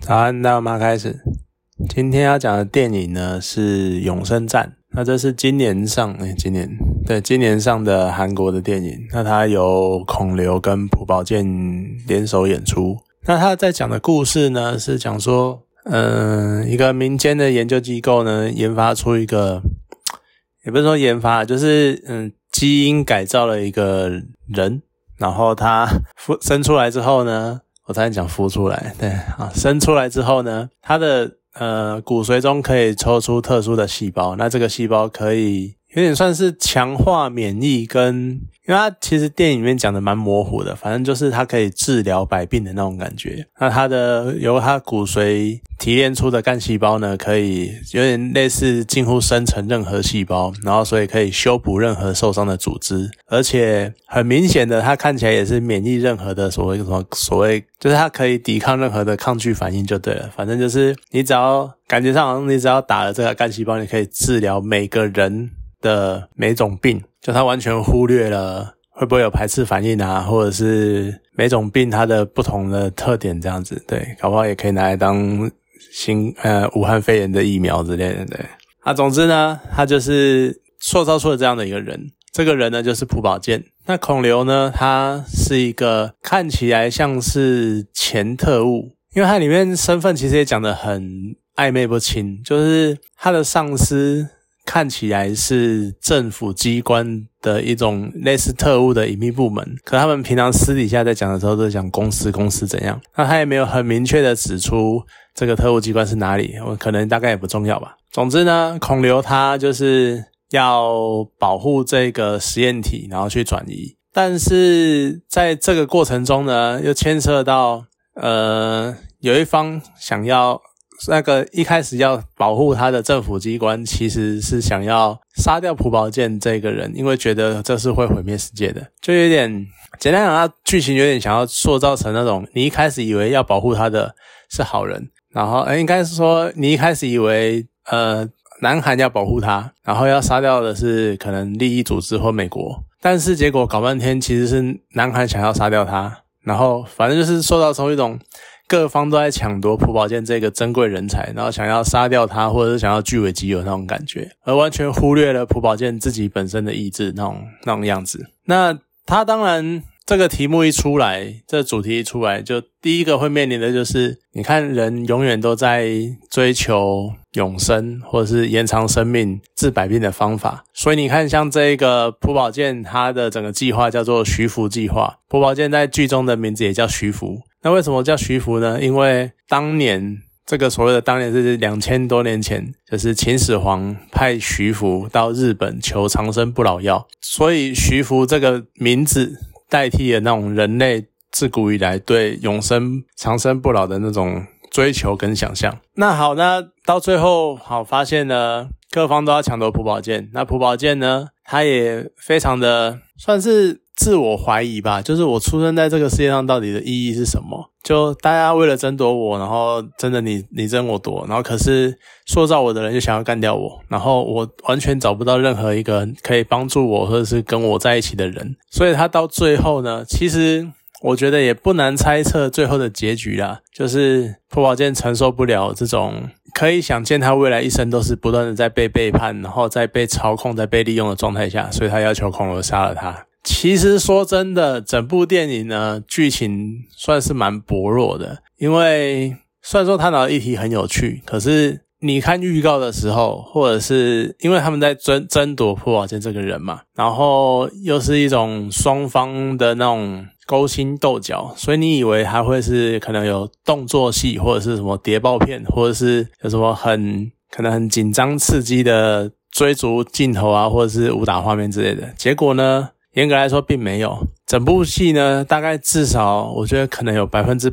早安，大家马开始。今天要讲的电影呢是《永生战》，那这是今年上的韩国的电影。那它由孔刘跟朴宝剑联手演出。那他在讲的故事呢是讲说，一个民间的研究机构呢研发出一个，也不是说研发，就是基因改造了一个人，然后他生出来之后呢。我差点讲孵出来，对啊，生出来之后呢，它的骨髓中可以抽出特殊的细胞，那这个细胞可以有点算是强化免疫跟，因为它其实电影里面讲的蛮模糊的，反正就是它可以治疗百病的那种感觉。那由它骨髓提炼出的干细胞呢，可以有点类似近乎生成任何细胞，然后所以可以修补任何受伤的组织，而且很明显的它看起来也是免疫任何的所谓就是它可以抵抗任何的抗拒反应就对了。反正就是你只要感觉上好像你只要打了这个干细胞，你可以治疗每个人的每种病，就它完全忽略了会不会有排斥反应啊，或者是每种病它的不同的特点这样子，对，搞不好也可以拿来当武汉肺炎的疫苗之类的，对。总之呢，他就是塑造出了这样的一个人，这个人呢就是朴宝剑。那孔刘呢，他是一个看起来像是前特务，因为他里面身份其实也讲得很暧昧不清，就是他的上司看起来是政府机关的一种类似特务的隐秘部门，可他们平常私底下在讲的时候都是讲公司怎样，那他也没有很明确的指出这个特务机关是哪里，可能大概也不重要吧。总之呢，孔刘他就是要保护这个实验体，然后去转移，但是在这个过程中呢，又牵涉到有一方想要一开始要保护他的政府机关其实是想要杀掉朴宝剑这个人，因为觉得这是会毁灭世界的，就有点简单讲，他剧情有点想要塑造成那种你一开始以为要保护他的是好人，然后应该是说你一开始以为南韩要保护他，然后要杀掉的是可能利益组织或美国，但是结果搞半天其实是南韩想要杀掉他，然后反正就是塑造出一种各方都在抢夺朴宝剑这个珍贵人才，然后想要杀掉他，或者是想要据为己有那种感觉，而完全忽略了朴宝剑自己本身的意志那种样子。那他当然这个题目一出来，这主题一出来，就第一个会面临的就是你看人永远都在追求永生或者是延长生命治百病的方法，所以你看像这个朴宝剑他的整个计划叫做徐福计划，朴宝剑在剧中的名字也叫徐福。那为什么叫徐福呢？因为当年这个所谓的当年是2000多年前，就是秦始皇派徐福到日本求长生不老药，所以徐福这个名字代替了那种人类自古以来对永生长生不老的那种追求跟想象。那好，那到最后发现呢，各方都要抢夺朴宝剑，那朴宝剑呢，他也非常的算是自我怀疑吧，就是我出生在这个世界上到底的意义是什么，就大家为了争夺我，然后真的你争我夺，然后可是塑造我的人就想要干掉我，然后我完全找不到任何一个可以帮助我或者是跟我在一起的人，所以他到最后呢，其实我觉得也不难猜测最后的结局啦，就是朴宝剑承受不了这种可以想见他未来一生都是不断的在被背叛，然后在被操控在被利用的状态下，所以他要求孔刘杀了他。其实说真的，整部电影呢剧情算是蛮薄弱的，因为虽然说探讨的议题很有趣，可是你看预告的时候，或者是因为他们在争夺朴宝剑这个人嘛，然后又是一种双方的那种勾心斗角，所以你以为还会是可能有动作戏，或者是什么谍报片，或者是有什么可能很紧张刺激的追逐镜头啊，或者是武打画面之类的，结果呢严格来说并没有。整部戏呢大概至少我觉得可能有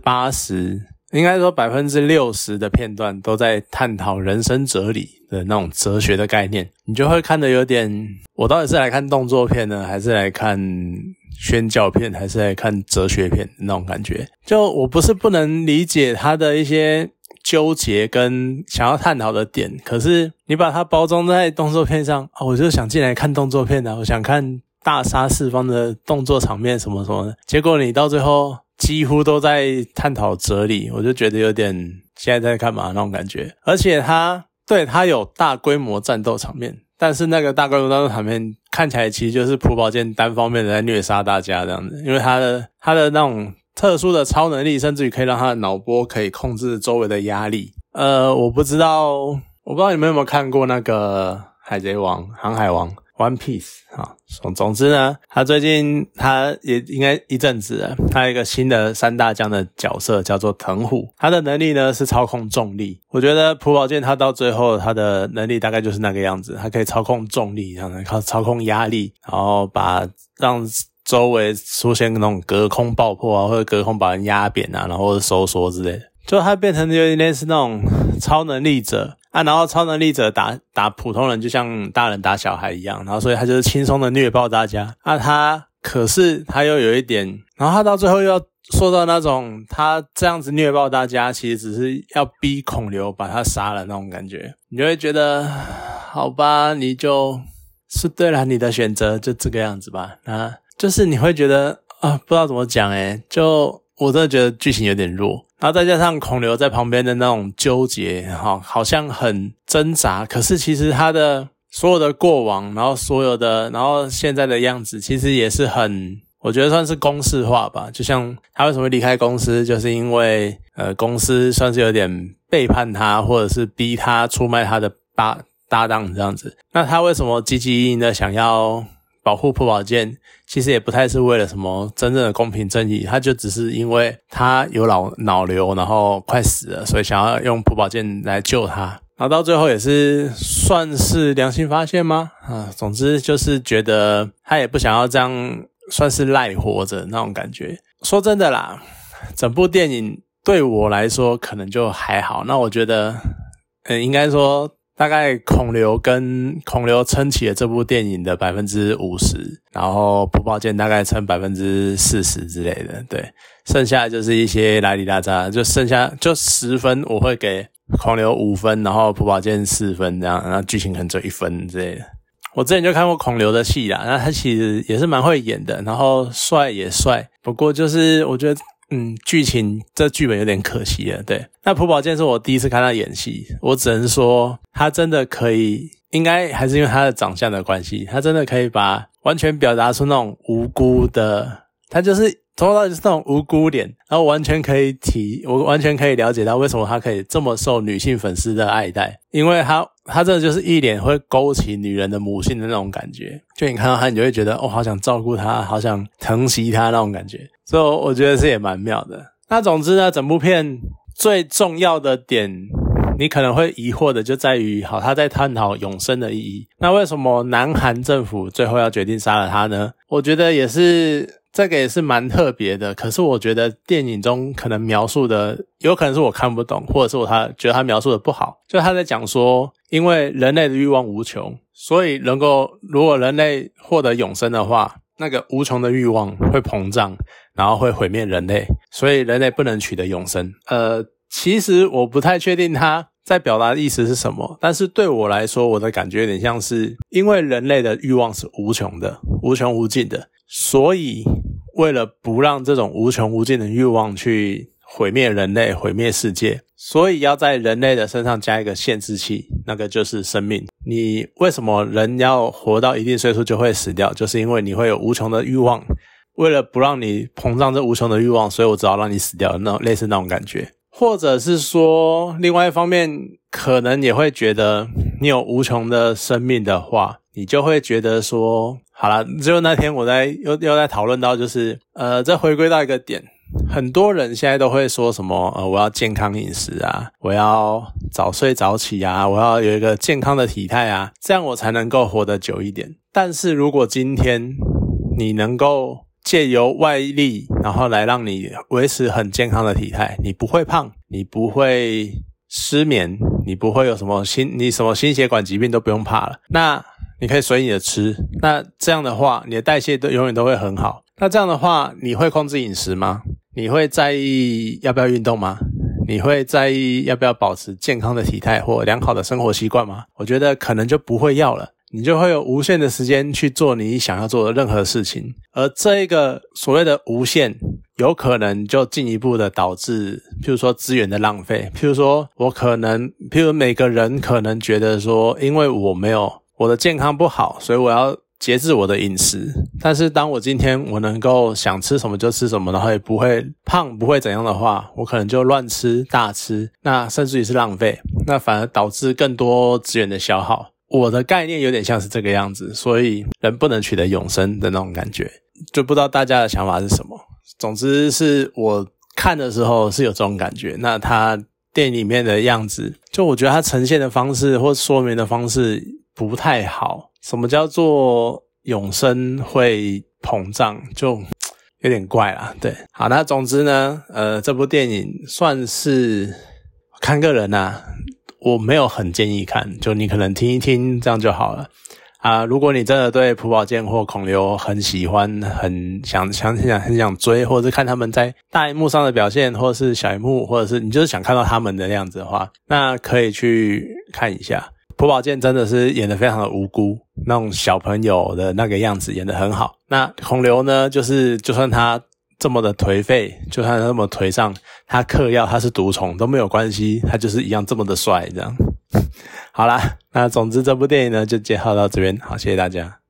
80%， 应该说 60% 的片段都在探讨人生哲理的那种哲学的概念，你就会看得有点，我到底是来看动作片呢，还是来看宣教片，还是来看哲学片的那种感觉。就我不是不能理解他的一些纠结跟想要探讨的点，可是你把它包装在动作片上，我就想进来看动作片啊，我想看大杀四方的动作场面什么什么的，结果你到最后几乎都在探讨哲理，我就觉得有点现在在干嘛那种感觉。而且它有大规模战斗场面，但是那个大规模战斗场面看起来其实就是朴宝剑单方面的在虐杀大家这样子，因为他的那种特殊的超能力，甚至于可以让他的脑波可以控制周围的压力。我不知道你们有没有看过那个海贼王、航海王 One Piece 啊？总之呢，他最近他也应该一阵子了，他有一个新的3大将的角色叫做藤虎，他的能力呢是操控重力。我觉得朴宝剑他到最后他的能力大概就是那个样子，他可以操控重力，然后操控压力，然后让周围出现那种隔空爆破啊，或者隔空把人压扁啊，然后收缩之类的，就他变成有点类似那种超能力者啊，然后超能力者打普通人就像大人打小孩一样，然后所以他就是轻松的虐爆大家啊。可是他又有一点，然后他到最后又要说到那种他这样子虐爆大家其实只是要逼孔刘把他杀了那种感觉，你就会觉得好吧，你就是对了，你的选择就这个样子吧。那就是你会觉得不知道怎么讲就我真的觉得剧情有点弱，然后再加上孔刘在旁边的那种纠结好像很挣扎，可是其实他的所有的过往，然后现在的样子其实也是很，我觉得算是公式化吧。就像他为什么会离开公司，就是因为公司算是有点背叛他，或者是逼他出卖他的搭档这样子。那他为什么积极营的想要保护朴宝剑，其实也不太是为了什么真正的公平正义，他就只是因为他有脑瘤，然后快死了，所以想要用朴宝剑来救他。然后到最后也是算是良心发现吗？总之就是觉得他也不想要这样算是赖活着那种感觉。说真的啦，整部电影对我来说可能就还好。那我觉得应该说大概孔刘撑起了这部电影的 50%， 然后朴宝剑大概撑 40% 之类的，对，剩下就是一些拉里拉扎，就剩下就10分我会给孔刘5分，然后朴宝剑4分这样，然后剧情可能只有1分之类的。我之前就看过孔刘的戏啦，那他其实也是蛮会演的，然后帅也帅，不过就是我觉得这剧本有点可惜了，对。那朴宝剑是我第一次看他演戏，我只能说他真的可以，应该还是因为他的长相的关系，他真的可以完全表达出那种无辜的，他就是从头到尾就是那种无辜脸，然后我完全可以了解到为什么他可以这么受女性粉丝的爱戴，因为他真的就是一脸会勾起女人的母性的那种感觉，就你看到他你就会觉得好想照顾他，好想疼惜他那种感觉，所以我觉得是也蛮妙的。那总之呢，整部片最重要的点你可能会疑惑的就在于他在探讨永生的意义。那为什么南韩政府最后要决定杀了他呢？我觉得这个也是蛮特别的，可是我觉得电影中可能描述的有可能是我看不懂，或者是觉得他描述的不好。就他在讲说，因为人类的欲望无穷，所以如果人类获得永生的话，那个无穷的欲望会膨胀，然后会毁灭人类，所以人类不能取得永生。其实我不太确定他在表达的意思是什么，但是对我来说，我的感觉有点像是因为人类的欲望是无穷的，无穷无尽的，所以为了不让这种无穷无尽的欲望去毁灭人类，毁灭世界，所以要在人类的身上加一个限制器，那个就是生命。你为什么人要活到一定岁数就会死掉，就是因为你会有无穷的欲望，为了不让你膨胀这无穷的欲望，所以我只好让你死掉，类似那种感觉。或者是说另外一方面可能也会觉得你有无穷的生命的话，你就会觉得说好啦，就那天我又在讨论到就是这回归到一个点，很多人现在都会说什么我要健康饮食啊，我要早睡早起啊，我要有一个健康的体态啊，这样我才能够活得久一点。但是如果今天你能够借由外力然后来让你维持很健康的体态，你不会胖，你不会失眠，你不会有什么心血管疾病都不用怕了，那你可以随意的吃，那这样的话你的代谢永远都会很好。那这样的话你会控制饮食吗？你会在意要不要运动吗？你会在意要不要保持健康的体态或良好的生活习惯吗？我觉得可能就不会要了。 你就会有无限的时间去做你想要做的任何事情，而这一个所谓的无限有可能就进一步的导致譬如说资源的浪费。譬如说譬如每个人可能觉得说，因为我的健康不好，所以我要节制我的饮食，但是当我今天我能够想吃什么就吃什么，然后也不会胖不会怎样的话，我可能就乱吃大吃，那甚至于是浪费，那反而导致更多资源的消耗。我的概念有点像是这个样子，所以人不能取得永生的那种感觉，就不知道大家的想法是什么。总之是我看的时候是有这种感觉。那他电影里面的样子，就我觉得他呈现的方式或说明的方式不太好。什么叫做永生会膨胀，就有点怪啦。对，好，那总之呢这部电影算是看个人啊，我没有很建议看，就你可能听一听这样就好了啊。如果你真的对朴宝剑或孔刘很喜欢，很想追，或者是看他们在大荧幕上的表现，或者是小荧幕，或者是你就是想看到他们的样子的话，那可以去看一下。朴宝剑真的是演得非常的无辜，那种小朋友的那个样子演得很好。那孔刘呢，就算他这么的颓废，就算他这么颓丧，他嗑药，他是毒虫都没有关系，他就是一样这么的帅这样。好啦，那总之这部电影呢就介绍到这边，好，谢谢大家。